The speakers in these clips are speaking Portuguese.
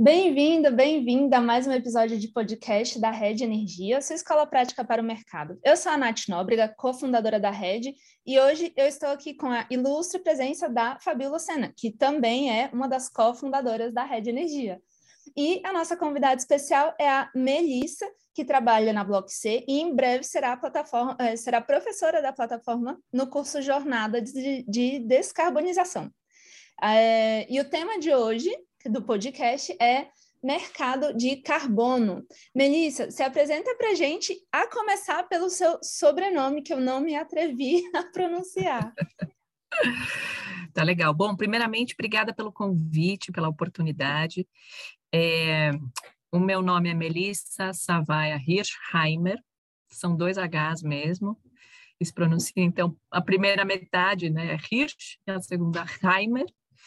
Bem-vindo, bem-vinda a mais um episódio de podcast da Rede Energia, sua escola prática para o mercado. Eu sou a Nath Nóbrega, cofundadora da Rede, e hoje eu estou aqui com a ilustre presença da Fabi Lucena, que também é uma das cofundadoras da Rede Energia. E a nossa convidada especial é a Melissa, que trabalha na Block C e em breve será professora da plataforma no curso Jornada de Descarbonização. E o tema de hoje do podcast é mercado de carbono. Melissa, se apresenta para a gente, a começar pelo seu sobrenome, que eu não me atrevi a pronunciar. Tá legal. Bom, primeiramente, obrigada pelo convite, pela oportunidade. O meu nome é Melissa Savaia Hirschheimer, são 2 Hs mesmo. Se pronuncia, então, a primeira metade, né, é Hirsch, e a segunda Heimer.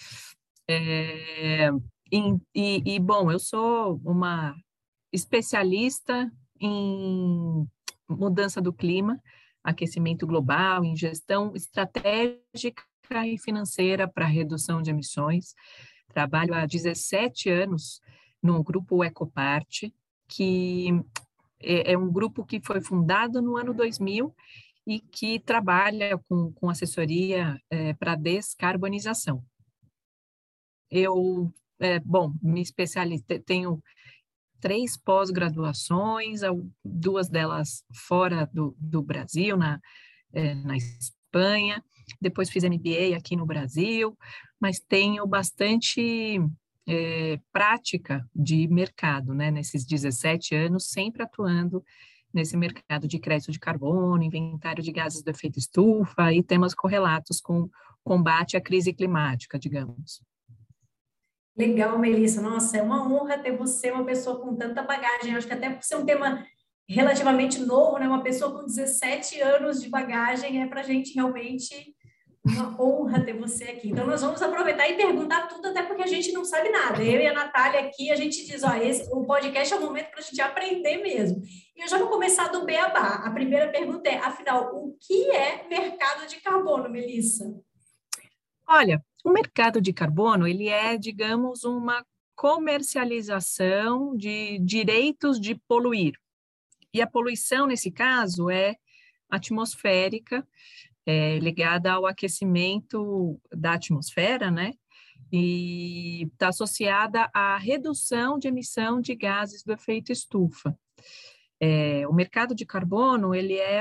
Bom, eu sou uma especialista em mudança do clima, aquecimento global, em gestão estratégica e financeira para redução de emissões. Trabalho há 17 anos no grupo Ecopart, que é um grupo que foi fundado no ano 2000 e que trabalha com assessoria para descarbonização. Eu, me especializei, tenho 3 pós-graduações, 2 delas fora do Brasil, na Espanha, depois fiz MBA aqui no Brasil, mas tenho bastante prática de mercado, né, nesses 17 anos, sempre atuando nesse mercado de crédito de carbono, inventário de gases do efeito estufa e temas correlatos com combate à crise climática, digamos. Legal, Melissa. Nossa, é uma honra ter você, uma pessoa com tanta bagagem. Acho que até por ser um tema relativamente novo, né? Uma pessoa com 17 anos de bagagem, é para a gente realmente uma honra ter você aqui. Então, nós vamos aproveitar e perguntar tudo, até porque a gente não sabe nada. Eu e a Natália aqui, a gente diz, o podcast é o momento para a gente aprender mesmo. E eu já vou começar do beabá. A primeira pergunta é, afinal, o que é mercado de carbono, Melissa? Olha, o mercado de carbono, ele é, digamos, uma comercialização de direitos de poluir. E a poluição, nesse caso, é atmosférica, ligada ao aquecimento da atmosfera, né? E está associada à redução de emissão de gases do efeito estufa. O mercado de carbono, ele é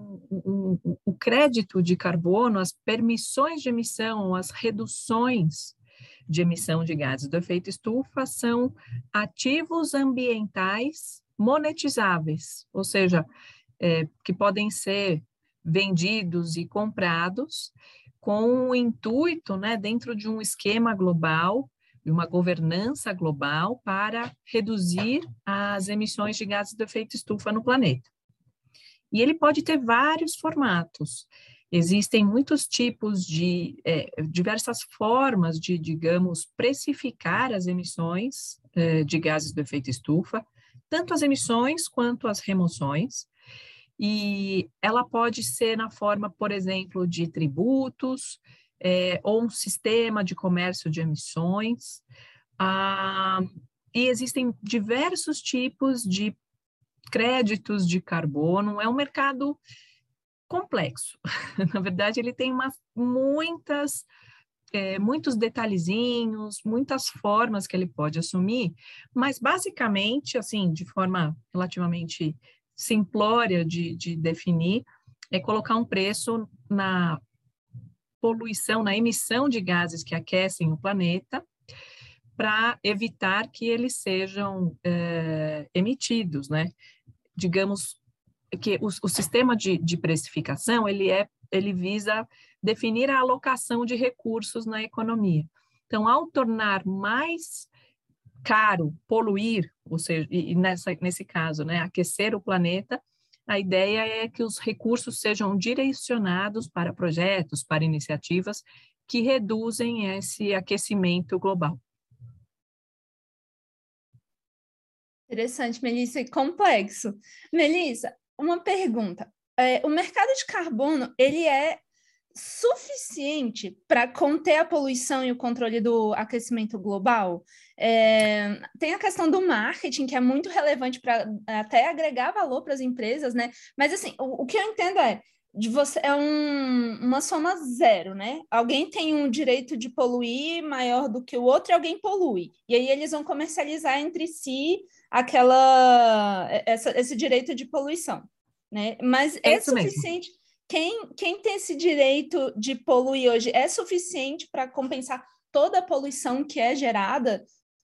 o crédito de carbono, as permissões de emissão, as reduções de emissão de gases do efeito estufa são ativos ambientais monetizáveis, ou seja, que podem ser vendidos e comprados com o intuito, né, dentro de um esquema global, de uma governança global para reduzir as emissões de gases do efeito estufa no planeta. E ele pode ter vários formatos. Existem muitos tipos de, diversas formas de, digamos, precificar as emissões de gases do efeito estufa, tanto as emissões quanto as remoções. E ela pode ser na forma, por exemplo, de tributos, ou um sistema de comércio de emissões. E existem diversos tipos de créditos de carbono. É um mercado complexo. Na verdade, ele tem muitos detalhezinhos, muitas formas que ele pode assumir, mas basicamente, assim, de forma relativamente simplória de definir, é colocar um preço na poluição, na emissão de gases que aquecem o planeta, para evitar que eles sejam emitidos, né? Digamos que o sistema de precificação, ele visa definir a alocação de recursos na economia. Então, ao tornar mais caro poluir, ou seja, nesse caso, né, aquecer o planeta, a ideia é que os recursos sejam direcionados para projetos, para iniciativas que reduzem esse aquecimento global. Interessante, Melissa, e complexo. Melissa, uma pergunta. O mercado de carbono, ele é suficiente para conter a poluição e o controle do aquecimento global? Tem a questão do marketing, que é muito relevante para até agregar valor para as empresas, né? Mas, assim, o que eu entendo uma soma zero, né? Alguém tem um direito de poluir maior do que o outro e alguém polui. E aí eles vão comercializar entre si esse direito de poluição, né? Mas É é isso mesmo. suficiente. Quem tem esse direito de poluir hoje é suficiente para compensar toda a poluição que é gerada?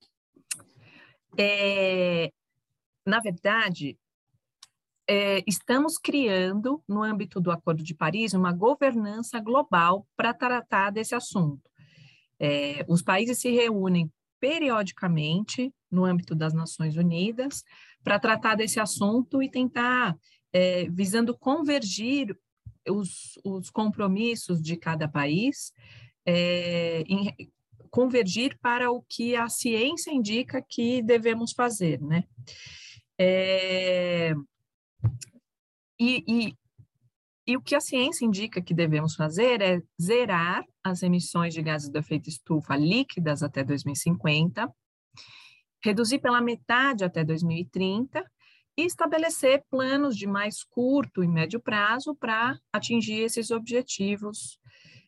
Na verdade, estamos criando, no âmbito do Acordo de Paris, uma governança global para tratar desse assunto. Os países se reúnem periodicamente no âmbito das Nações Unidas para tratar desse assunto e tentar, visando convergir os compromissos de cada país, convergir para o que a ciência indica que devemos fazer, né? E o que a ciência indica que devemos fazer é zerar as emissões de gases do efeito estufa líquidas até 2050, reduzir pela metade até 2030 e estabelecer planos de mais curto e médio prazo para atingir esses objetivos,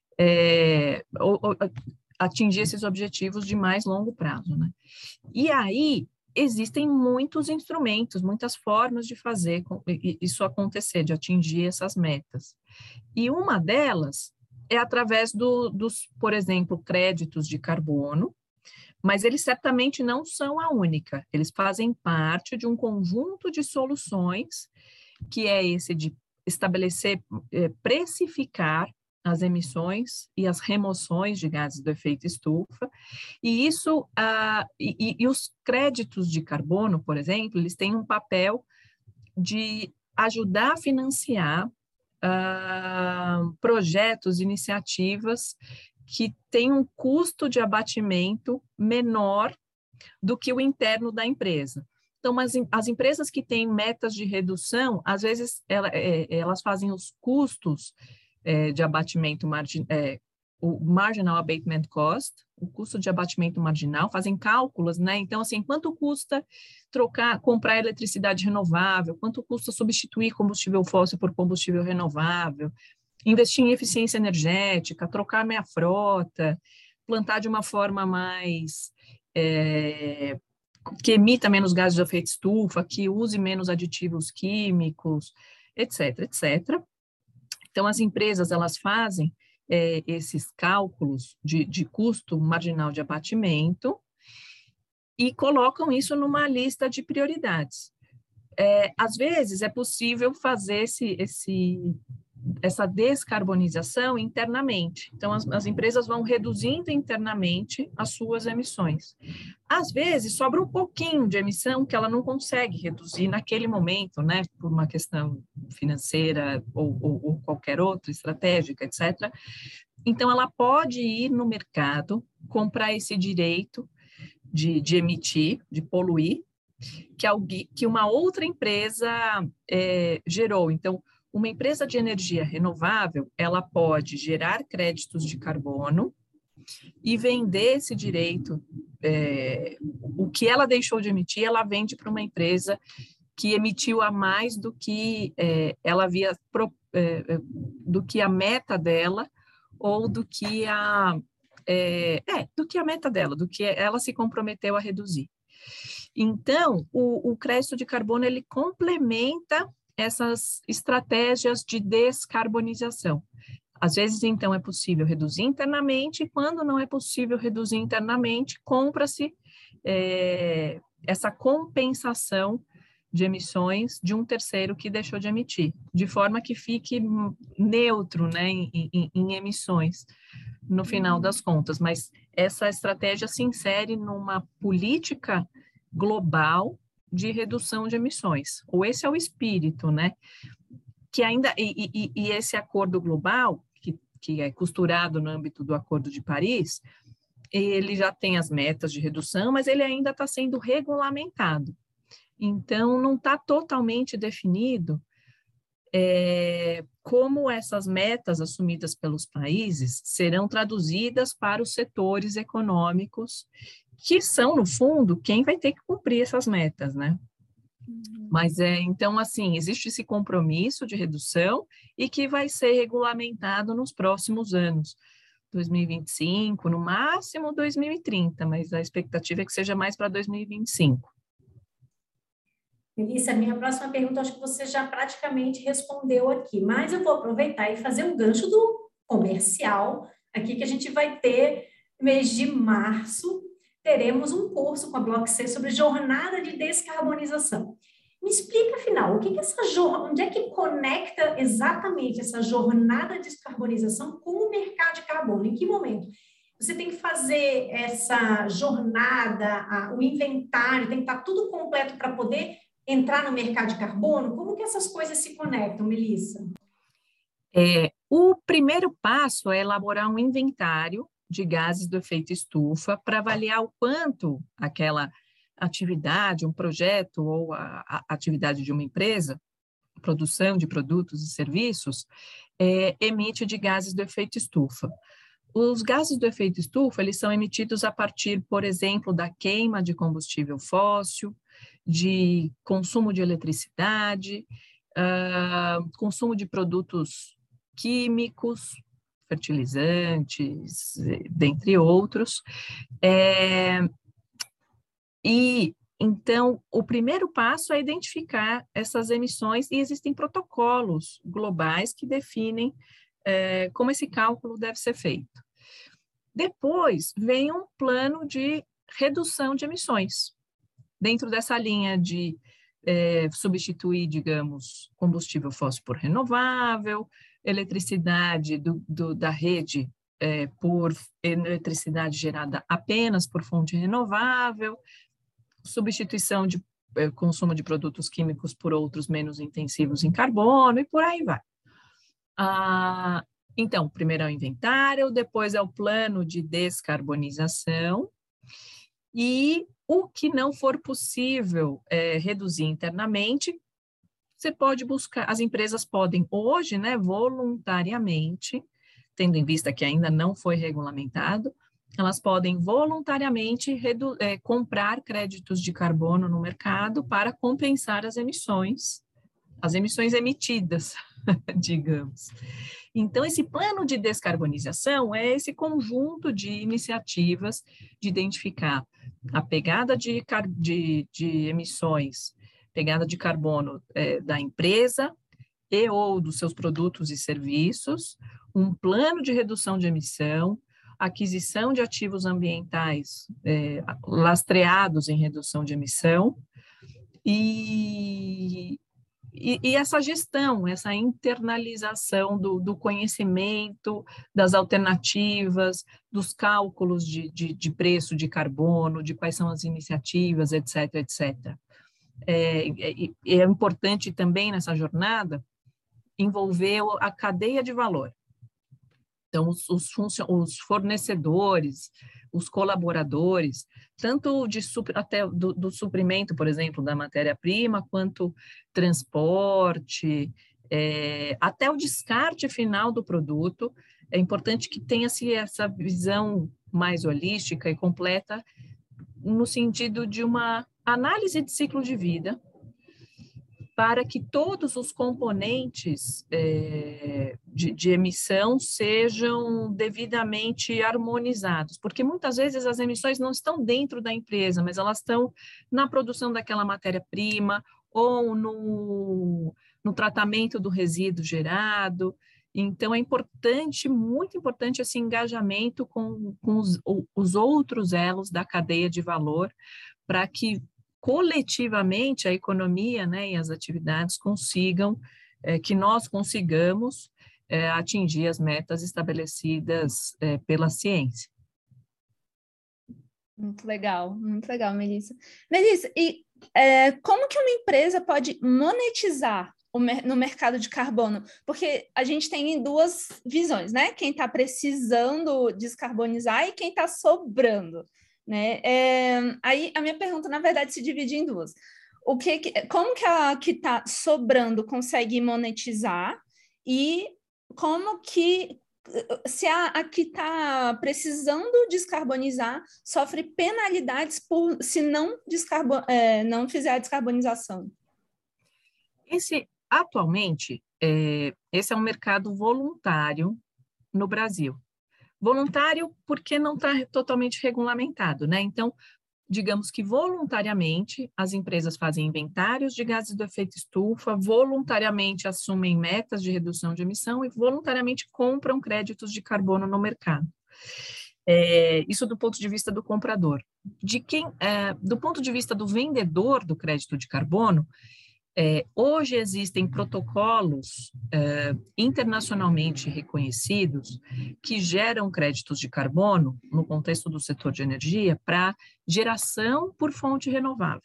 atingir esses objetivos de mais longo prazo, né? E aí existem muitos instrumentos, muitas formas de fazer isso acontecer, de atingir essas metas. E uma delas é através dos, por exemplo, créditos de carbono, mas eles certamente não são a única. Eles fazem parte de um conjunto de soluções, que é esse de estabelecer, precificar as emissões e as remoções de gases do efeito estufa, e isso, e os créditos de carbono, por exemplo, eles têm um papel de ajudar a financiar projetos, iniciativas que têm um custo de abatimento menor do que o interno da empresa. Então, as empresas que têm metas de redução, às vezes elas fazem os custos de abatimento o marginal abatement cost, o custo de abatimento marginal, fazem cálculos, né? Então, assim, quanto custa comprar eletricidade renovável, quanto custa substituir combustível fóssil por combustível renovável, investir em eficiência energética, trocar minha frota, plantar de uma forma mais que emita menos gases de efeito estufa, que use menos aditivos químicos, etc., etc. Então, as empresas, elas fazem esses cálculos de custo marginal de abatimento e colocam isso numa lista de prioridades. Às vezes, é possível fazer essa descarbonização internamente. Então, as empresas vão reduzindo internamente as suas emissões. Às vezes, sobra um pouquinho de emissão que ela não consegue reduzir naquele momento, né, por uma questão financeira ou qualquer outra, estratégica, etc. Então, ela pode ir no mercado, comprar esse direito de emitir, de poluir, que uma outra empresa gerou. Então, uma empresa de energia renovável, ela pode gerar créditos de carbono e vender esse direito, o que ela deixou de emitir, ela vende para uma empresa que emitiu a mais do que ela havia, do que a meta dela, ou do que do que a meta dela, do que ela se comprometeu a reduzir. Então, o crédito de carbono, ele complementa essas estratégias de descarbonização. Às vezes, então, é possível reduzir internamente, e quando não é possível reduzir internamente, compra-se essa compensação de emissões de um terceiro que deixou de emitir, de forma que fique neutro, né, em emissões, no final das contas. Mas essa estratégia se insere numa política global de redução de emissões, ou esse é o espírito, né? Que ainda, e esse acordo global, que é costurado no âmbito do Acordo de Paris, ele já tem as metas de redução, mas ele ainda está sendo regulamentado. Então, não está totalmente definido como essas metas assumidas pelos países serão traduzidas para os setores econômicos, que são, no fundo, quem vai ter que cumprir essas metas, né? Mas, então, assim, existe esse compromisso de redução e que vai ser regulamentado nos próximos anos, 2025, no máximo 2030, mas a expectativa é que seja mais para 2025. Melissa, minha próxima pergunta, acho que você já praticamente respondeu aqui, mas eu vou aproveitar e fazer um gancho do comercial aqui, que a gente vai ter, no mês de março, teremos um curso com a Block C sobre jornada de descarbonização. Me explica, afinal, o que essa onde é que conecta exatamente essa jornada de descarbonização com o mercado de carbono? Em que momento? Você tem que fazer essa jornada, o inventário, tem que estar tudo completo para poder entrar no mercado de carbono? Como que essas coisas se conectam, Melissa? O primeiro passo é elaborar um inventário de gases do efeito estufa para avaliar o quanto aquela atividade, um projeto ou a atividade de uma empresa, produção de produtos e serviços, emite de gases do efeito estufa. Os gases do efeito estufa, eles são emitidos a partir, por exemplo, da queima de combustível fóssil, de consumo de eletricidade, consumo de produtos químicos, fertilizantes, dentre outros. E, então, o primeiro passo é identificar essas emissões e existem protocolos globais que definem como esse cálculo deve ser feito. Depois, vem um plano de redução de emissões, dentro dessa linha de substituir, digamos, combustível fóssil por renovável, eletricidade da rede por eletricidade gerada apenas por fonte renovável, substituição de consumo de produtos químicos por outros menos intensivos em carbono e por aí vai. Então, primeiro é o inventário, depois é o plano de descarbonização e o que não for possível reduzir internamente, você pode buscar, as empresas podem hoje, né, voluntariamente, tendo em vista que ainda não foi regulamentado, elas podem voluntariamente comprar créditos de carbono no mercado para compensar as emissões emitidas, digamos. Então, esse plano de descarbonização é esse conjunto de iniciativas de identificar a pegada de emissões, pegada de carbono da empresa e ou dos seus produtos e serviços, um plano de redução de emissão, aquisição de ativos ambientais lastreados em redução de emissão e essa gestão, essa internalização do conhecimento, das alternativas, dos cálculos de preço de carbono, de quais são as iniciativas, etc., etc. É importante também nessa jornada envolver a cadeia de valor. Então, os fornecedores, os colaboradores, tanto até do suprimento, por exemplo, da matéria-prima, quanto transporte, até o descarte final do produto, é importante que tenha-se essa visão mais holística e completa, no sentido de uma análise de ciclo de vida, para que todos os componentes de emissão sejam devidamente harmonizados, porque muitas vezes as emissões não estão dentro da empresa, mas elas estão na produção daquela matéria-prima ou no tratamento do resíduo gerado. Então, é importante, muito importante, esse engajamento com os outros elos da cadeia de valor, para que coletivamente a economia, né, e as atividades consigam, que nós consigamos atingir as metas estabelecidas pela ciência. Muito legal, Melissa. Melissa, e como que uma empresa pode monetizar no mercado de carbono? Porque a gente tem duas visões, né? Quem está precisando descarbonizar e quem está sobrando, né? Aí a minha pergunta, na verdade, se divide em duas. como que a que está sobrando consegue monetizar e como que se a que está precisando descarbonizar sofre penalidades se não, não fizer a descarbonização. Atualmente, esse é um mercado voluntário no Brasil. Voluntário porque não está totalmente regulamentado, né? Então, digamos que voluntariamente as empresas fazem inventários de gases do efeito estufa, voluntariamente assumem metas de redução de emissão e voluntariamente compram créditos de carbono no mercado. Isso do ponto de vista do comprador. Do ponto de vista do vendedor do crédito de carbono, hoje existem protocolos internacionalmente reconhecidos que geram créditos de carbono no contexto do setor de energia para geração por fonte renovável.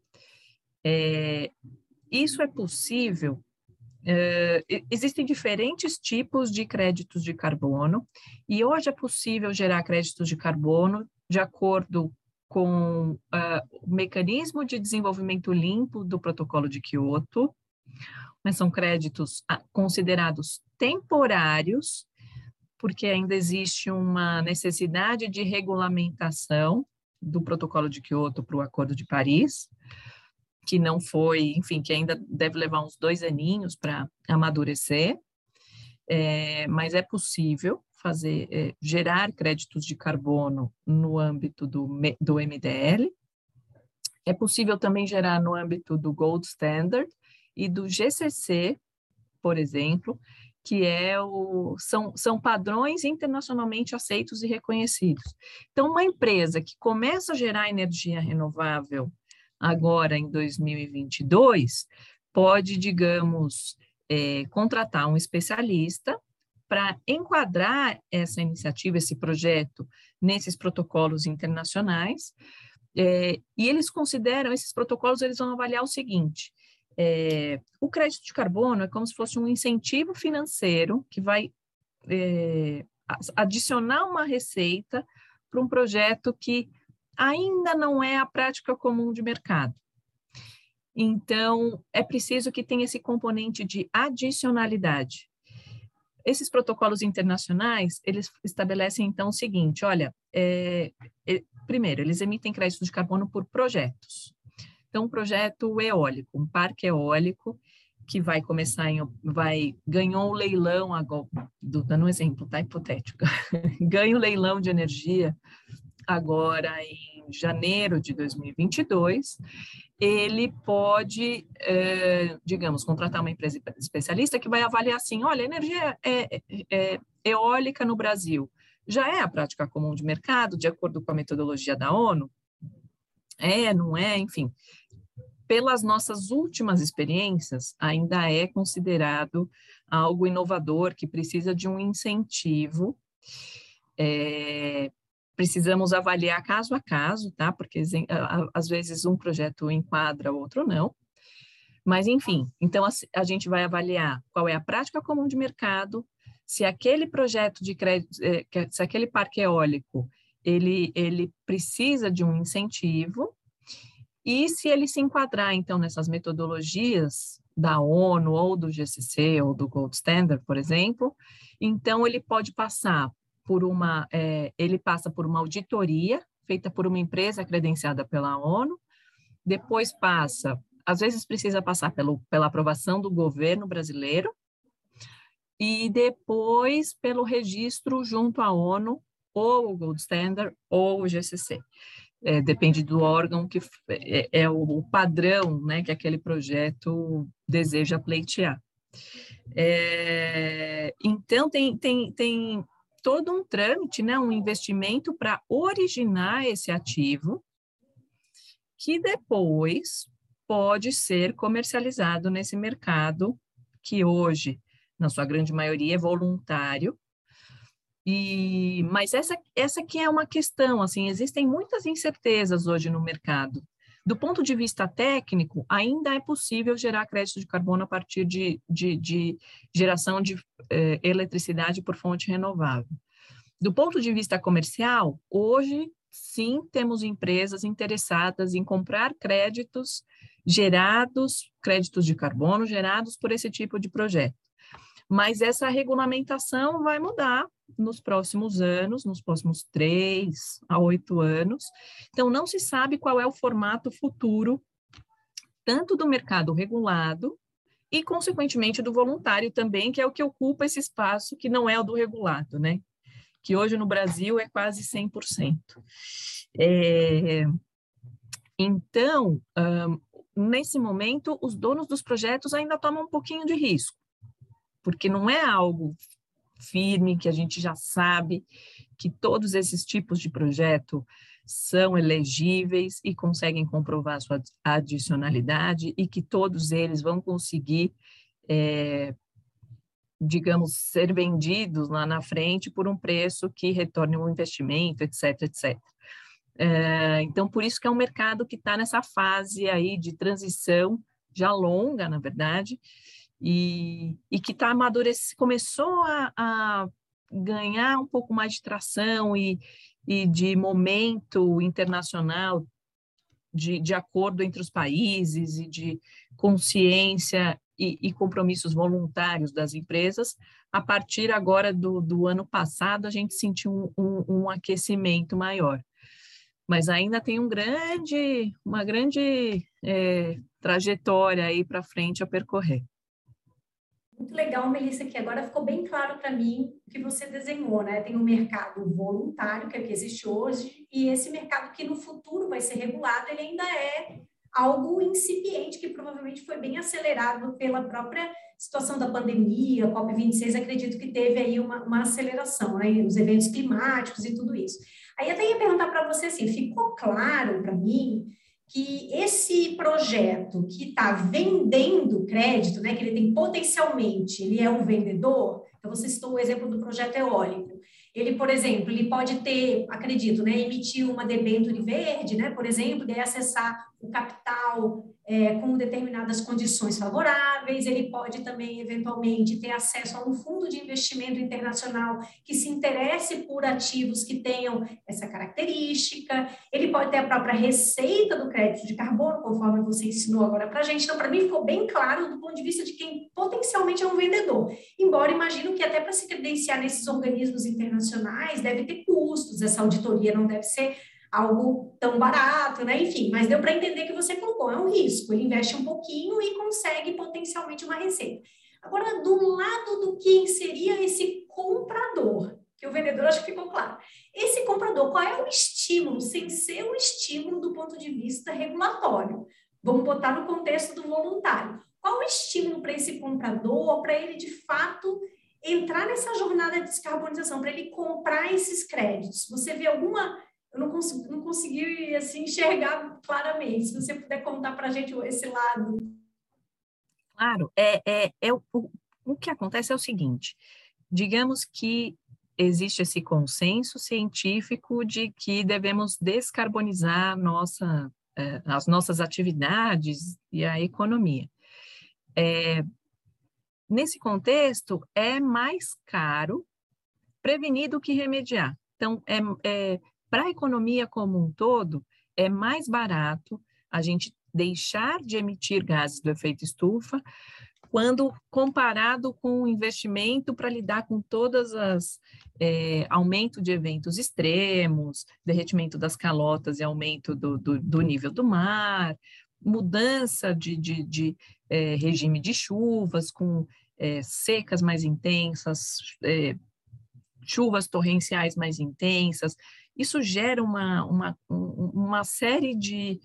Isso é possível. Existem diferentes tipos de créditos de carbono e hoje é possível gerar créditos de carbono de acordo com o mecanismo de desenvolvimento limpo do protocolo de Kyoto, mas são créditos considerados temporários, porque ainda existe uma necessidade de regulamentação do protocolo de Kyoto para o Acordo de Paris, que não foi, enfim, que ainda deve levar uns 2 aninhos para amadurecer, mas é possível gerar créditos de carbono no âmbito do MDL. É possível também gerar no âmbito do Gold Standard e do GCC, por exemplo, que são padrões internacionalmente aceitos e reconhecidos. Então, uma empresa que começa a gerar energia renovável agora em 2022 pode, digamos, contratar um especialista para enquadrar essa iniciativa, esse projeto, nesses protocolos internacionais, e eles consideram, esses protocolos, eles vão avaliar o seguinte: o crédito de carbono é como se fosse um incentivo financeiro que vai adicionar uma receita para um projeto que ainda não é a prática comum de mercado. Então, é preciso que tenha esse componente de adicionalidade. Esses protocolos internacionais, eles estabelecem, então, o seguinte: olha, primeiro, eles emitem créditos de carbono por projetos. Então, um projeto eólico, um parque eólico, que vai começar ganhou o leilão, dando um exemplo, tá, hipotético, ganha o leilão de energia agora em janeiro de 2022, ele pode, digamos, contratar uma empresa especialista que vai avaliar assim: olha, a energia eólica no Brasil já é a prática comum de mercado, de acordo com a metodologia da ONU? Não é? Enfim, pelas nossas últimas experiências, ainda é considerado algo inovador, que precisa de um incentivo. Precisamos avaliar caso a caso, tá? Porque às vezes um projeto enquadra, outro não. Mas, enfim, então a gente vai avaliar qual é a prática comum de mercado, se aquele projeto de crédito, se aquele parque eólico, ele precisa de um incentivo, e se ele se enquadrar, então, nessas metodologias da ONU, ou do GCC, ou do Gold Standard, por exemplo, então ele pode passar ele passa por uma auditoria feita por uma empresa credenciada pela ONU, depois às vezes precisa passar pela aprovação do governo brasileiro, e depois pelo registro junto à ONU, ou o Gold Standard, ou o GCC. Depende do órgão que é o padrão, né, que aquele projeto deseja pleitear. Então, tem todo um trâmite, né, um investimento para originar esse ativo, que depois pode ser comercializado nesse mercado, que hoje, na sua grande maioria, é voluntário. Mas essa que é uma questão, assim, existem muitas incertezas hoje no mercado. Do ponto de vista técnico, ainda é possível gerar crédito de carbono a partir de geração de eletricidade por fonte renovável. Do ponto de vista comercial, hoje sim, temos empresas interessadas em comprar créditos de carbono gerados por esse tipo de projeto. Mas essa regulamentação vai mudar nos próximos anos, nos próximos 3 a 8 anos. Então, não se sabe qual é o formato futuro, tanto do mercado regulado e, consequentemente, do voluntário também, que é o que ocupa esse espaço que não é o do regulado, né? Que hoje no Brasil é quase 100%. Então, nesse momento, os donos dos projetos ainda tomam um pouquinho de risco, porque não é algo firme, que a gente já sabe que todos esses tipos de projeto são elegíveis e conseguem comprovar sua adicionalidade e que todos eles vão conseguir, digamos, ser vendidos lá na frente por um preço que retorne um investimento, etc, etc. Então, por isso que é um mercado que está nessa fase aí de transição, já longa, na verdade, e que está começou a ganhar um pouco mais de tração e de momento internacional, de acordo entre os países e de consciência e compromissos voluntários das empresas. A partir agora do ano passado, a gente sentiu um aquecimento maior. Mas ainda tem uma grande trajetória aí para frente a percorrer. Muito legal, Melissa, que agora ficou bem claro para mim o que você desenhou, né? Tem o mercado voluntário, que é o que existe hoje, e esse mercado que no futuro vai ser regulado, ele ainda é algo incipiente, que provavelmente foi bem acelerado pela própria situação da pandemia, a COP26, acredito que teve aí uma aceleração, né? Os eventos climáticos e tudo isso. Aí até ia perguntar para você assim, ficou claro para mim que esse projeto que está vendendo crédito, né, que ele tem potencialmente, ele é um vendedor, então você citou o exemplo do projeto eólico. Ele, por exemplo, ele pode ter, acredito, né, emitir uma debênture verde, né, por exemplo, e acessar o capital com determinadas condições favoráveis. Ele pode também, eventualmente, ter acesso a um fundo de investimento internacional que se interesse por ativos que tenham essa característica. Ele pode ter a própria receita do crédito de carbono, conforme você ensinou agora para a gente. Então, para mim, ficou bem claro do ponto de vista de quem potencialmente é um vendedor. Embora imagino que até para se credenciar nesses organismos internacionais deve ter custos, essa auditoria não deve ser algo tão barato, né? Enfim, mas deu para entender que você colocou, é um risco. Ele investe um pouquinho e consegue potencialmente uma receita. Agora, do lado do quem seria esse comprador, que o vendedor acho que ficou claro. Esse comprador, qual é o estímulo, sem ser um estímulo do ponto de vista regulatório? Vamos botar no contexto do voluntário. Qual o estímulo para esse comprador, para ele, de fato, entrar nessa jornada de descarbonização, para ele comprar esses créditos? Você vê alguma... Eu não consegui assim, enxergar claramente. Se você puder contar para a gente esse lado. Claro, o que acontece é o seguinte, digamos que existe esse consenso científico de que devemos descarbonizar as nossas atividades e a economia. Nesse contexto, é mais caro prevenir do que remediar. Então, para a economia como um todo, é mais barato a gente deixar de emitir gases do efeito estufa quando comparado com o investimento para lidar com todas as aumento de eventos extremos, derretimento das calotas e aumento do nível do mar, mudança de regime de chuvas com secas mais intensas, chuvas torrenciais mais intensas. Isso gera uma série de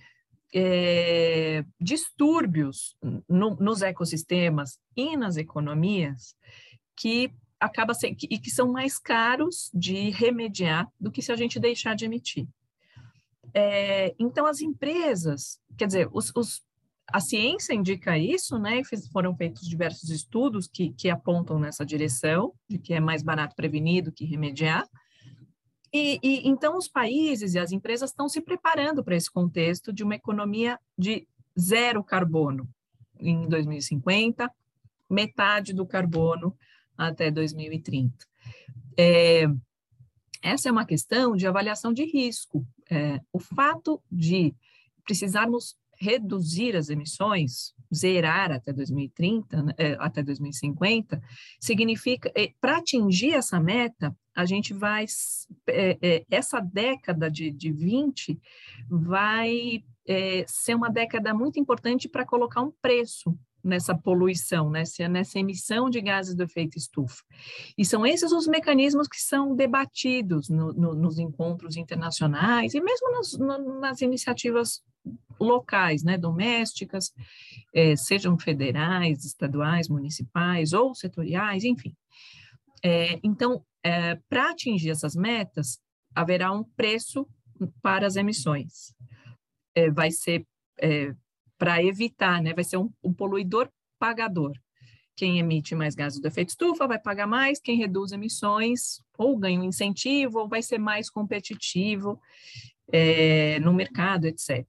distúrbios nos ecossistemas e nas economias que que são mais caros de remediar do que se a gente deixar de emitir. Então, as empresas, quer dizer, a ciência indica isso, né? Foram feitos diversos estudos que apontam nessa direção, de que é mais barato prevenir do que remediar. Então, os países e as empresas estão se preparando para esse contexto de uma economia de zero carbono em 2050, metade do carbono até 2030. essa é uma questão de avaliação de risco. O fato de precisarmos reduzir as emissões, zerar até 2030, até 2050, significa, para atingir essa meta, a gente vai, essa década de 20 vai ser uma década muito importante para colocar um preço nessa poluição, nessa emissão de gases do efeito estufa. E são esses os mecanismos que são debatidos nos encontros internacionais e mesmo nas iniciativas locais, né, domésticas, sejam federais, estaduais, municipais ou setoriais, enfim. Então, para atingir essas metas, haverá um preço para as emissões. Vai ser para evitar, né, vai ser um poluidor pagador. Quem emite mais gases do efeito estufa vai pagar mais, quem reduz emissões ou ganha um incentivo ou vai ser mais competitivo no mercado, etc.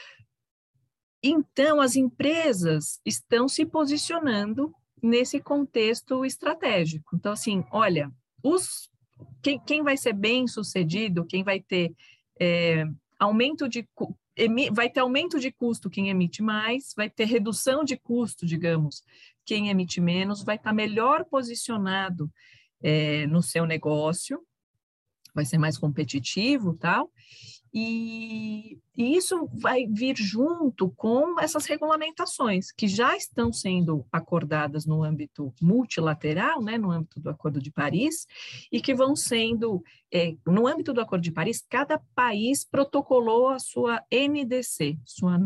Então, as empresas estão se posicionando nesse contexto estratégico. Então, assim, olha, quem vai ser bem sucedido, quem vai ter vai ter aumento de custo quem emite mais, vai ter redução de custo, digamos, quem emite menos, vai estar melhor posicionado no seu negócio, vai ser mais competitivo, tal, e isso vai vir junto com essas regulamentações que já estão sendo acordadas no âmbito multilateral, né, no âmbito do Acordo de Paris, e que vão sendo, no âmbito do Acordo de Paris, cada país protocolou a sua NDC,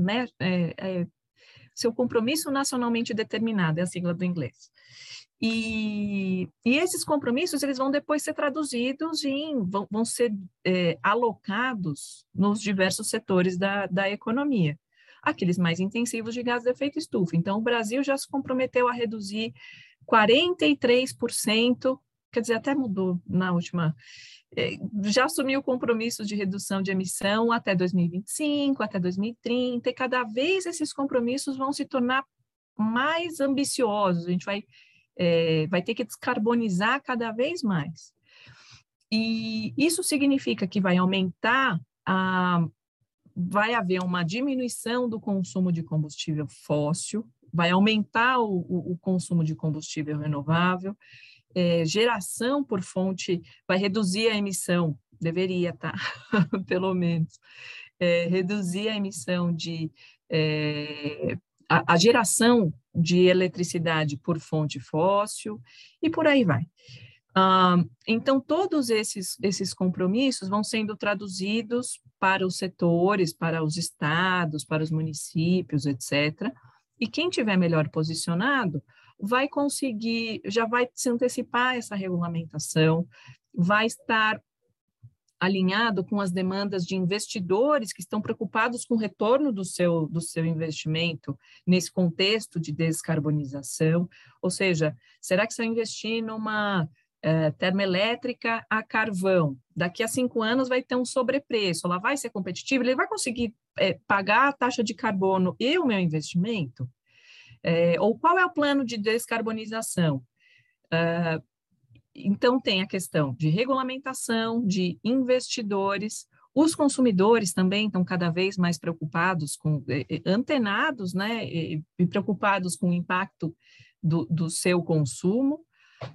seu compromisso nacionalmente determinado, é a sigla do inglês. E esses compromissos, eles vão depois ser traduzidos vão ser alocados nos diversos setores da economia, aqueles mais intensivos de gás de efeito estufa. Então, o Brasil já se comprometeu a reduzir 43%, quer dizer, até mudou na última, já assumiu compromissos de redução de emissão até 2025, até 2030, e cada vez esses compromissos vão se tornar mais ambiciosos, a gente vai ter que descarbonizar cada vez mais. E isso significa que vai haver uma diminuição do consumo de combustível fóssil, vai aumentar o consumo de combustível renovável, geração por fonte, vai reduzir a emissão, deveria, tá? Pelo menos, reduzir a emissão a geração de eletricidade por fonte fóssil, e por aí vai. Então, todos esses compromissos vão sendo traduzidos para os setores, para os estados, para os municípios, etc. E quem tiver melhor posicionado vai conseguir, já vai se antecipar a essa regulamentação, vai estar alinhado com as demandas de investidores que estão preocupados com o retorno do seu investimento nesse contexto de descarbonização. Ou seja, será que se eu investir numa termoelétrica a carvão, daqui a 5 anos vai ter um sobrepreço, ela vai ser competitiva, ele vai conseguir pagar a taxa de carbono e o meu investimento? Ou qual é o plano de descarbonização? Então, tem a questão de regulamentação, de investidores, os consumidores também estão cada vez mais preocupados, antenados, né, e preocupados com o impacto do seu consumo.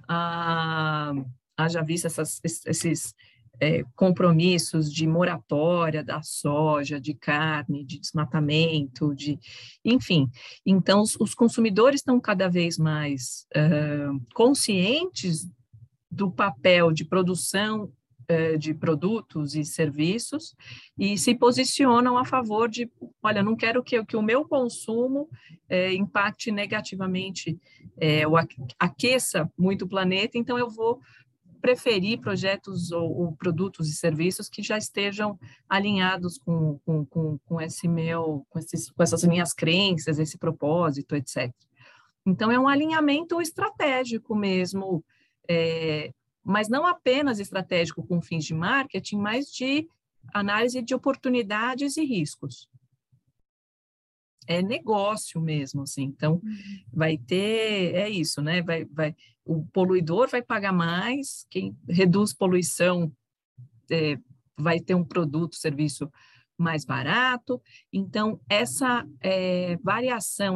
Haja visto esses compromissos de moratória da soja, de carne, de desmatamento, enfim. Então, os consumidores estão cada vez mais conscientes do papel de produção de produtos e serviços e se posicionam a favor de, olha, não quero que o meu consumo impacte negativamente, ou aqueça muito o planeta, então eu vou preferir projetos ou produtos e serviços que já estejam alinhados com essas minhas crenças, esse propósito, etc. Então, é um alinhamento estratégico mesmo, mas não apenas estratégico com fins de marketing, mas de análise de oportunidades e riscos. É negócio mesmo, assim. Então, vai ter, isso, né? O poluidor vai pagar mais, quem reduz poluição vai ter um produto, serviço mais barato. Então, essa variação,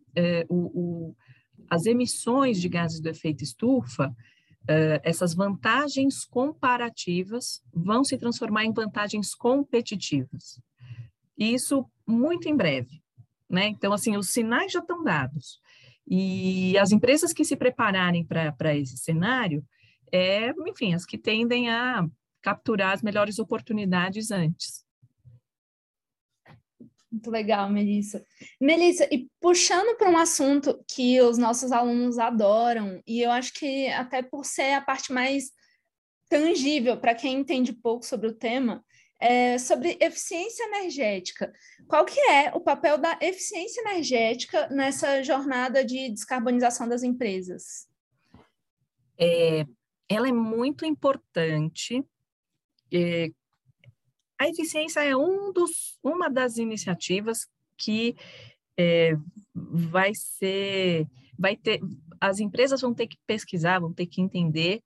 as emissões de gases do efeito estufa, essas vantagens comparativas vão se transformar em vantagens competitivas. E isso muito em breve, né? Então, assim, os sinais já estão dados. E as empresas que se prepararem para esse cenário, enfim, as que tendem a capturar as melhores oportunidades antes. Muito legal, Melissa. Melissa, e puxando para um assunto que os nossos alunos adoram, e eu acho que até por ser a parte mais tangível para quem entende pouco sobre o tema, sobre eficiência energética. Qual que é o papel da eficiência energética nessa jornada de descarbonização das empresas? Ela é muito importante. A eficiência é uma das iniciativas que as empresas vão ter que pesquisar, vão ter que entender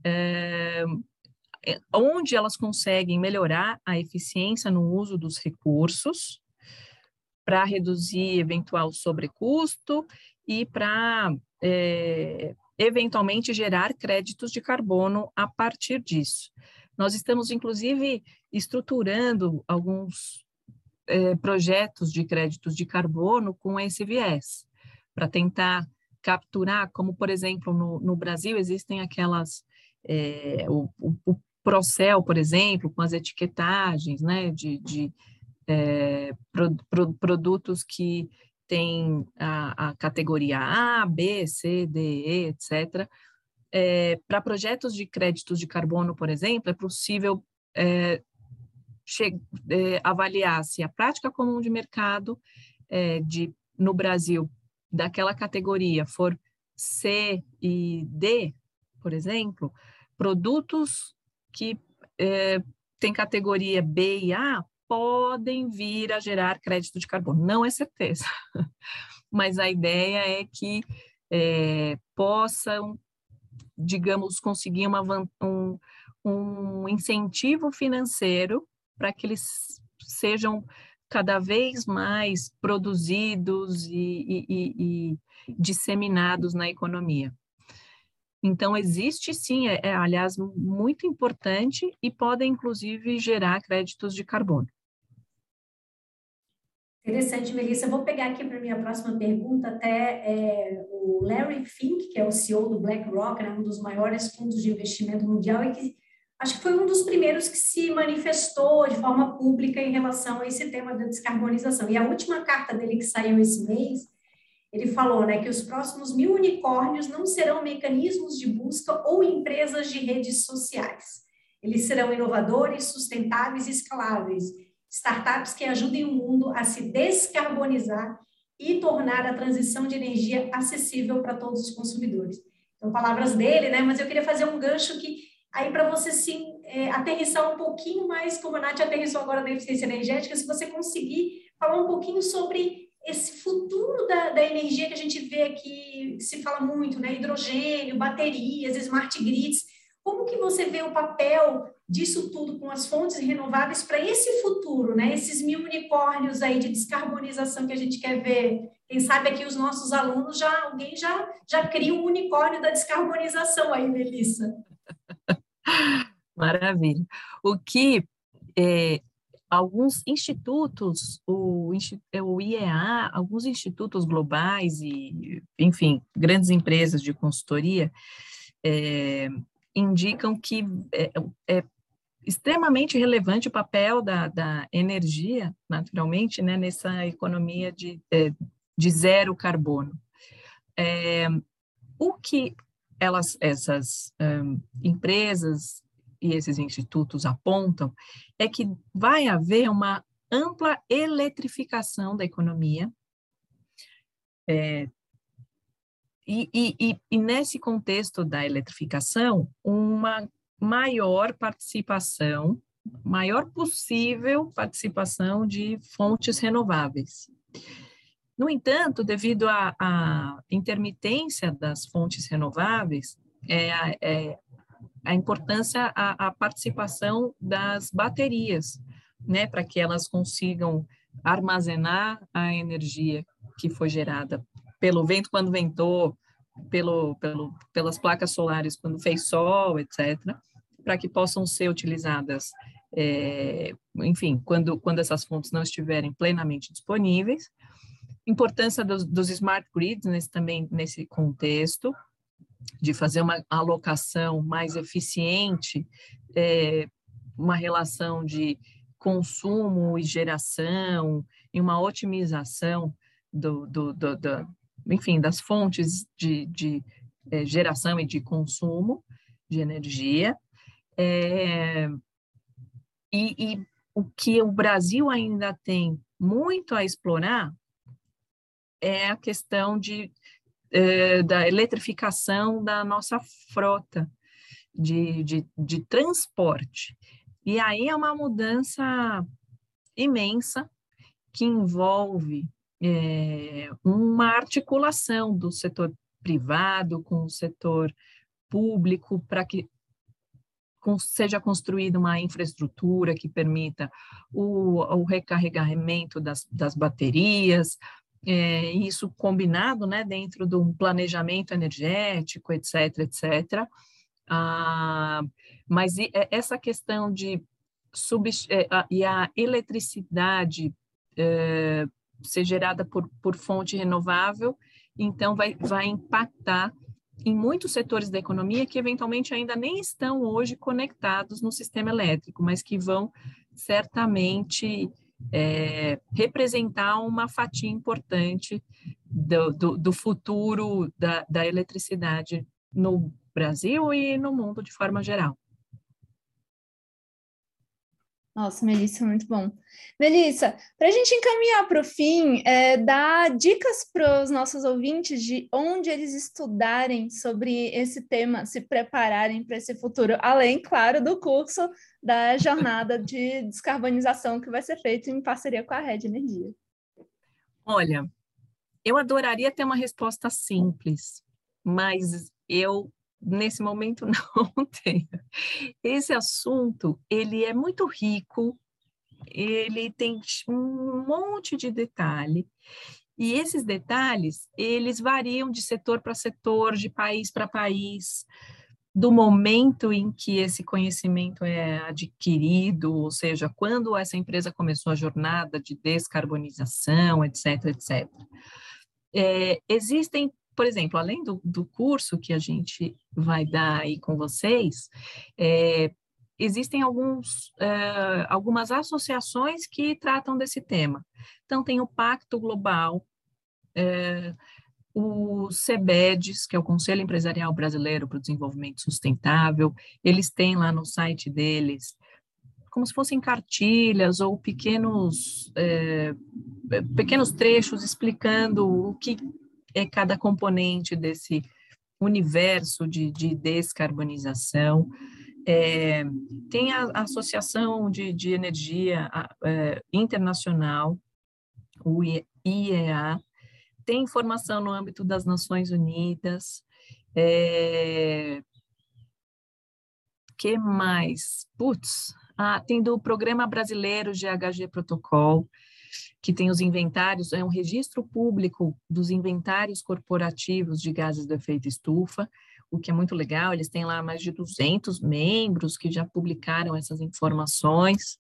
onde elas conseguem melhorar a eficiência no uso dos recursos para reduzir eventual sobrecusto e para eventualmente gerar créditos de carbono a partir disso. Nós estamos, inclusive, estruturando alguns projetos de créditos de carbono com esse viés, para tentar capturar, como, por exemplo, no Brasil, existem aquelas, o Procel, por exemplo, com as etiquetagens, né, de produtos que têm a categoria A, B, C, D, E, etc., para projetos de créditos de carbono, por exemplo, é possível avaliar se a prática comum de mercado no Brasil daquela categoria for C e D, por exemplo, produtos que têm categoria B e A podem vir a gerar crédito de carbono. Não é certeza, mas a ideia é que possam, digamos, conseguir um incentivo financeiro para que eles sejam cada vez mais produzidos e disseminados na economia. Então, existe sim, aliás, muito importante e pode, inclusive, gerar créditos de carbono. Interessante, Melissa. Eu vou pegar aqui para a minha próxima pergunta até o Larry Fink, que é o CEO do BlackRock, né, um dos maiores fundos de investimento mundial e que acho que foi um dos primeiros que se manifestou de forma pública em relação a esse tema da descarbonização. E a última carta dele que saiu esse mês, ele falou, né, que os próximos 1000 unicórnios não serão mecanismos de busca ou empresas de redes sociais. Eles serão inovadores, sustentáveis e escaláveis. Startups que ajudem o mundo a se descarbonizar e tornar a transição de energia acessível para todos os consumidores. Então, palavras dele, né? Mas eu queria fazer um gancho que aí para você sim aterrissar um pouquinho mais, como a Nath aterrissou agora da eficiência energética, se você conseguir falar um pouquinho sobre esse futuro da energia que a gente vê aqui, se fala muito, né? Hidrogênio, baterias, smart grids. Como que você vê o papel disso tudo com as fontes renováveis para esse futuro, né? Esses 1000 unicórnios aí de descarbonização que a gente quer ver. Quem sabe aqui os nossos alunos, alguém já cria um unicórnio da descarbonização aí, Melissa. Maravilha. O que alguns institutos, o IEA, alguns institutos globais e, enfim, grandes empresas de consultoria indicam que é extremamente relevante o papel da energia, naturalmente, né, nessa economia de zero carbono. O que essas empresas e esses institutos apontam é que vai haver uma ampla eletrificação da economia, e nesse contexto da eletrificação, uma maior possível participação de fontes renováveis. No entanto, devido à intermitência das fontes renováveis, a importância, a participação das baterias, né, para que elas consigam armazenar a energia que foi gerada pelo vento quando ventou, pelas placas solares quando fez sol, etc., para que possam ser utilizadas, enfim, quando essas fontes não estiverem plenamente disponíveis. Importância dos smart grids também nesse contexto, de fazer uma alocação mais eficiente, uma relação de consumo e geração, e uma otimização enfim, das fontes de geração e de consumo de energia. E o que o Brasil ainda tem muito a explorar é a questão da eletrificação da nossa frota de transporte. E aí é uma mudança imensa que envolve uma articulação do setor privado com o setor público para que seja construída uma infraestrutura que permita o recarregamento das baterias, isso combinado, né, dentro de um planejamento energético, etc., etc. Mas essa questão e a eletricidade ser gerada por fonte renovável, então vai impactar em muitos setores da economia que eventualmente ainda nem estão hoje conectados no sistema elétrico, mas que vão certamente representar uma fatia importante do futuro da eletricidade no Brasil e no mundo de forma geral. Nossa, Melissa, muito bom. Melissa, para a gente encaminhar para o fim, dá dicas para os nossos ouvintes de onde eles estudarem sobre esse tema, se prepararem para esse futuro, além, claro, do curso da jornada de descarbonização que vai ser feito em parceria com a Rede Energia. Olha, eu adoraria ter uma resposta simples, mas eu nesse momento não tenho. Esse assunto, ele é muito rico, ele tem um monte de detalhe, e esses detalhes, eles variam de setor para setor, de país para país, do momento em que esse conhecimento é adquirido, ou seja, quando essa empresa começou a jornada de descarbonização, etc., etc. Existem, por exemplo, além do curso que a gente vai dar aí com vocês, existem algumas associações que tratam desse tema. Então, tem o Pacto Global, o CEBEDES, que é o Conselho Empresarial Brasileiro para o Desenvolvimento Sustentável, eles têm lá no site deles como se fossem cartilhas ou pequenos trechos explicando o que é cada componente desse universo de descarbonização. Tem a Associação de Energia Internacional, o IEA, tem informação no âmbito das Nações Unidas. Que mais? Tem do Programa Brasileiro GHG Protocol, que tem os inventários, é um registro público dos inventários corporativos de gases do efeito estufa, o que é muito legal. Eles têm lá mais de 200 membros que já publicaram essas informações.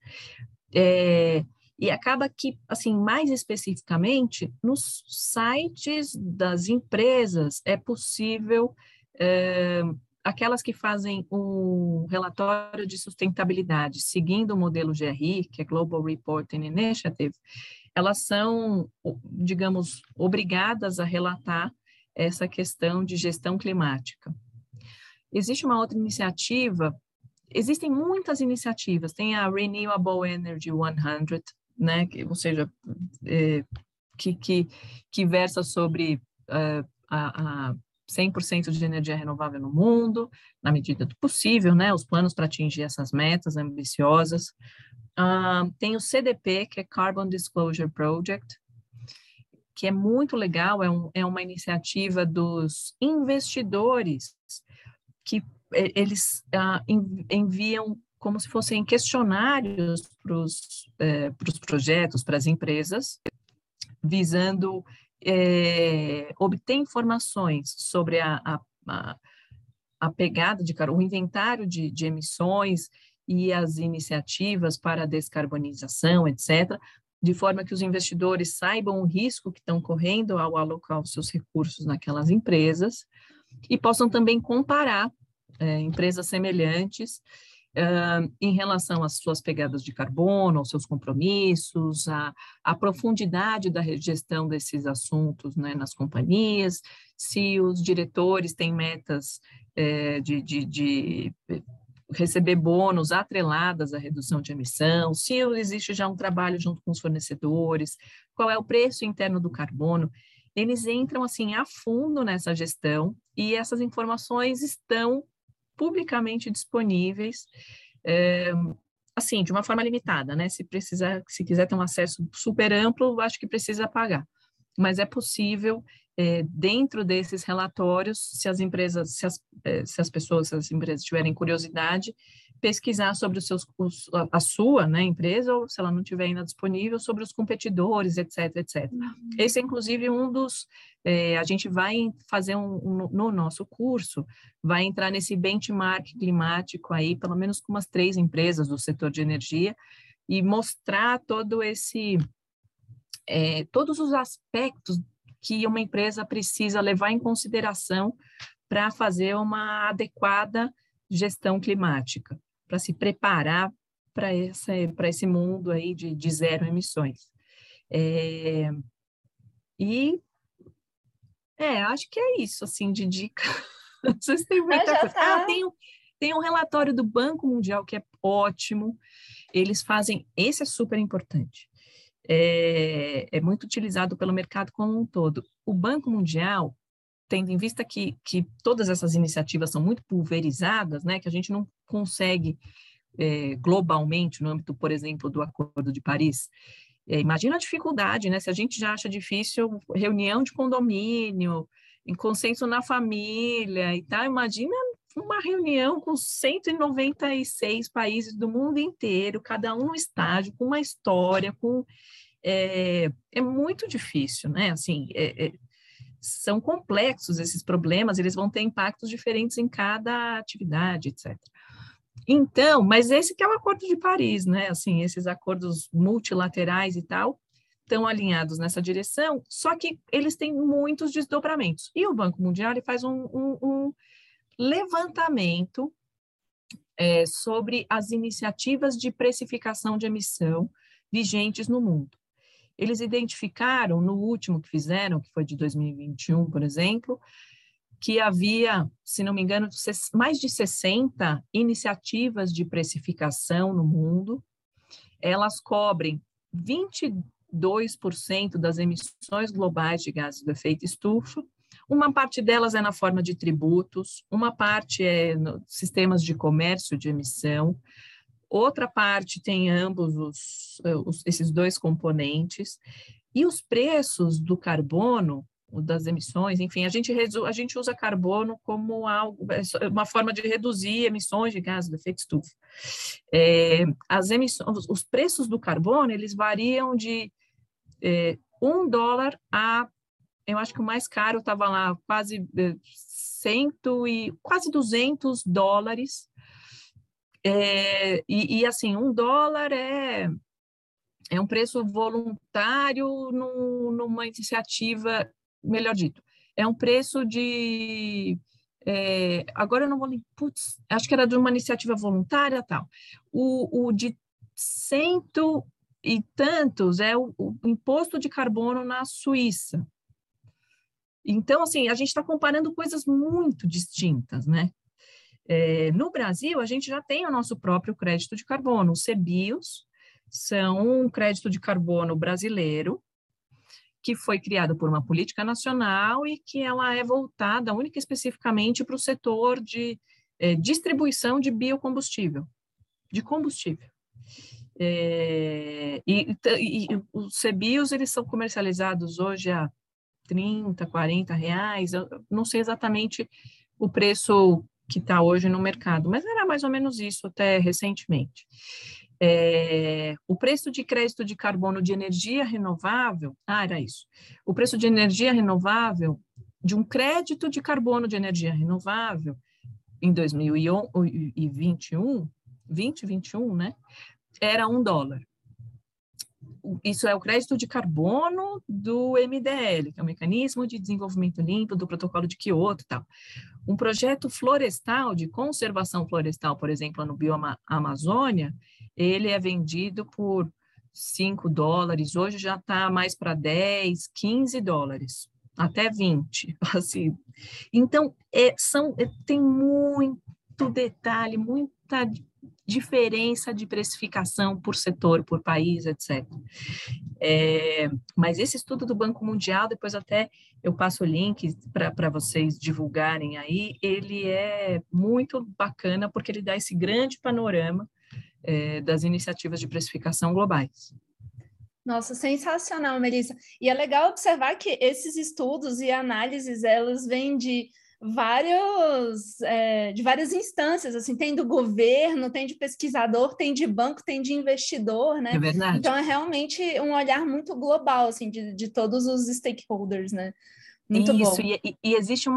E acaba que, assim, mais especificamente, nos sites das empresas é possível, aquelas que fazem um relatório de sustentabilidade, seguindo o modelo GRI, que é Global Reporting Initiative, elas são, digamos, obrigadas a relatar essa questão de gestão climática. Existe uma outra iniciativa, existem muitas iniciativas, tem a Renewable Energy 100, né, ou seja, que versa sobre a 100% de energia renovável no mundo, na medida do possível, né, os planos para atingir essas metas ambiciosas. Tem o CDP, que é Carbon Disclosure Project, que é muito legal, é uma iniciativa dos investidores que eles enviam como se fossem questionários para os projetos, para as empresas, visando obter informações sobre a pegada de carbono, o inventário de emissões e as iniciativas para a descarbonização, etc., de forma que os investidores saibam o risco que estão correndo ao alocar os seus recursos naquelas empresas e possam também comparar empresas semelhantes em relação às suas pegadas de carbono, aos seus compromissos, à profundidade da gestão desses assuntos, né, nas companhias, se os diretores têm metas de receber bônus atreladas à redução de emissão, se existe já um trabalho junto com os fornecedores, qual é o preço interno do carbono. Eles entram assim a fundo nessa gestão e essas informações estão publicamente disponíveis, assim, de uma forma limitada, né? Se quiser ter um acesso super amplo, acho que precisa pagar. Mas é possível, dentro desses relatórios, se as empresas tiverem curiosidade, pesquisar sobre a sua, né, empresa, ou se ela não tiver ainda disponível, sobre os competidores, etc, etc. Esse é, inclusive, um dos... a gente vai fazer no nosso curso, vai entrar nesse benchmark climático aí, pelo menos com umas 3 empresas do setor de energia, e mostrar todos os aspectos que uma empresa precisa levar em consideração para fazer uma adequada gestão climática, para se preparar para esse mundo aí de zero emissões. Acho que é isso, assim, de dica. Não sei se tem muita coisa. Tá. Tem um relatório do Banco Mundial que é ótimo. Eles fazem... Esse é super importante. É muito utilizado pelo mercado como um todo. O Banco Mundial, tendo em vista que todas essas iniciativas são muito pulverizadas, né, que a gente não consegue globalmente, no âmbito, por exemplo, do Acordo de Paris, imagina a dificuldade, né, se a gente já acha difícil reunião de condomínio, em consenso na família e tal, imagina uma reunião com 196 países do mundo inteiro, cada um no estágio, com uma história, é muito difícil, né? Assim, são complexos esses problemas, eles vão ter impactos diferentes em cada atividade, etc. Então, mas esse que é o Acordo de Paris, né? Assim, esses acordos multilaterais e tal, estão alinhados nessa direção, só que eles têm muitos desdobramentos. E o Banco Mundial ele faz um levantamento sobre as iniciativas de precificação de emissão vigentes no mundo. Eles identificaram, no último que fizeram, que foi de 2021, por exemplo, que havia, se não me engano, mais de 60 iniciativas de precificação no mundo. Elas cobrem 22% das emissões globais de gases do efeito estufa. Uma parte delas é na forma de tributos, uma parte é no sistemas de comércio de emissão, outra parte tem ambos esses 2 componentes, e os preços do carbono, das emissões, enfim, a gente usa carbono como uma forma de reduzir emissões de gases do efeito estufa. Os preços do carbono, eles variam de $1 a, eu acho que o mais caro estava lá, quase quase $200. Assim, $1 é um preço voluntário numa iniciativa, melhor dito, é um preço agora eu não vou lembrar, acho que era de uma iniciativa voluntária tal. O de 100 e tantos é o imposto de carbono na Suíça. Então, assim, a gente está comparando coisas muito distintas, né? No Brasil, a gente já tem o nosso próprio crédito de carbono. Os CBIOS são um crédito de carbono brasileiro que foi criado por uma política nacional e que ela é voltada única e especificamente para o setor de distribuição de biocombustível, de combustível. Os CBIOS, eles são comercializados hoje a R$30, R$40, eu não sei exatamente o preço que está hoje no mercado, mas era mais ou menos isso até recentemente. O preço de crédito de carbono de energia renovável, era isso. O preço de energia renovável, de um crédito de carbono de energia renovável, em 2021, né, era $1. Isso é o crédito de carbono do MDL, que é o Mecanismo de Desenvolvimento Limpo do Protocolo de Quioto e tal. Um projeto florestal, de conservação florestal, por exemplo, no Bioma Amazônia, ele é vendido por $5, hoje já está mais para $10, $15, até 20, assim. Então, tem muito detalhe, muita diferença de precificação por setor, por país, etc. Mas esse estudo do Banco Mundial, depois até eu passo o link para vocês divulgarem aí, ele é muito bacana porque ele dá esse grande panorama das iniciativas de precificação globais. Nossa, sensacional, Melissa. E é legal observar que esses estudos e análises, elas vêm de várias instâncias, assim, tem do governo, tem de pesquisador, tem de banco, tem de investidor, né? É verdade. Então, é realmente um olhar muito global, assim, de todos os stakeholders, né? Muito Isso, bom. E existe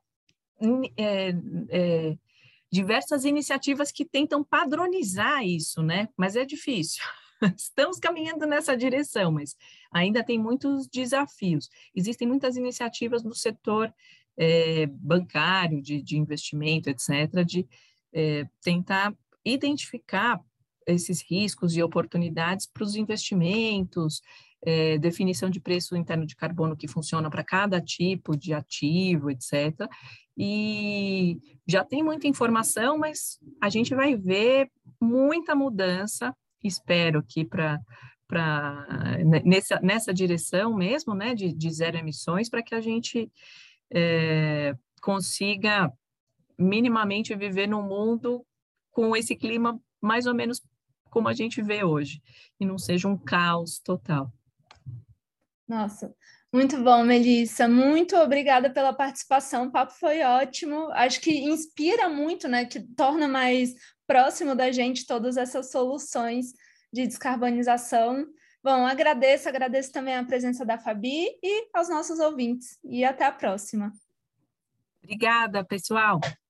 diversas iniciativas que tentam padronizar isso, né? Mas é difícil. Estamos caminhando nessa direção, mas ainda tem muitos desafios. Existem muitas iniciativas no setor bancário, de investimento, etc., de tentar identificar esses riscos e oportunidades para os investimentos, definição de preço interno de carbono que funciona para cada tipo de ativo, etc., e já tem muita informação, mas a gente vai ver muita mudança, espero que nessa direção mesmo, né, de zero emissões, para que a gente consiga minimamente viver num mundo com esse clima mais ou menos como a gente vê hoje, e não seja um caos total. Nossa, muito bom, Melissa. Muito obrigada pela participação. O papo foi ótimo. Acho que inspira muito, né? Que torna mais próximo da gente todas essas soluções de descarbonização. Bom, agradeço também a presença da Fabi e aos nossos ouvintes. E até a próxima. Obrigada, pessoal.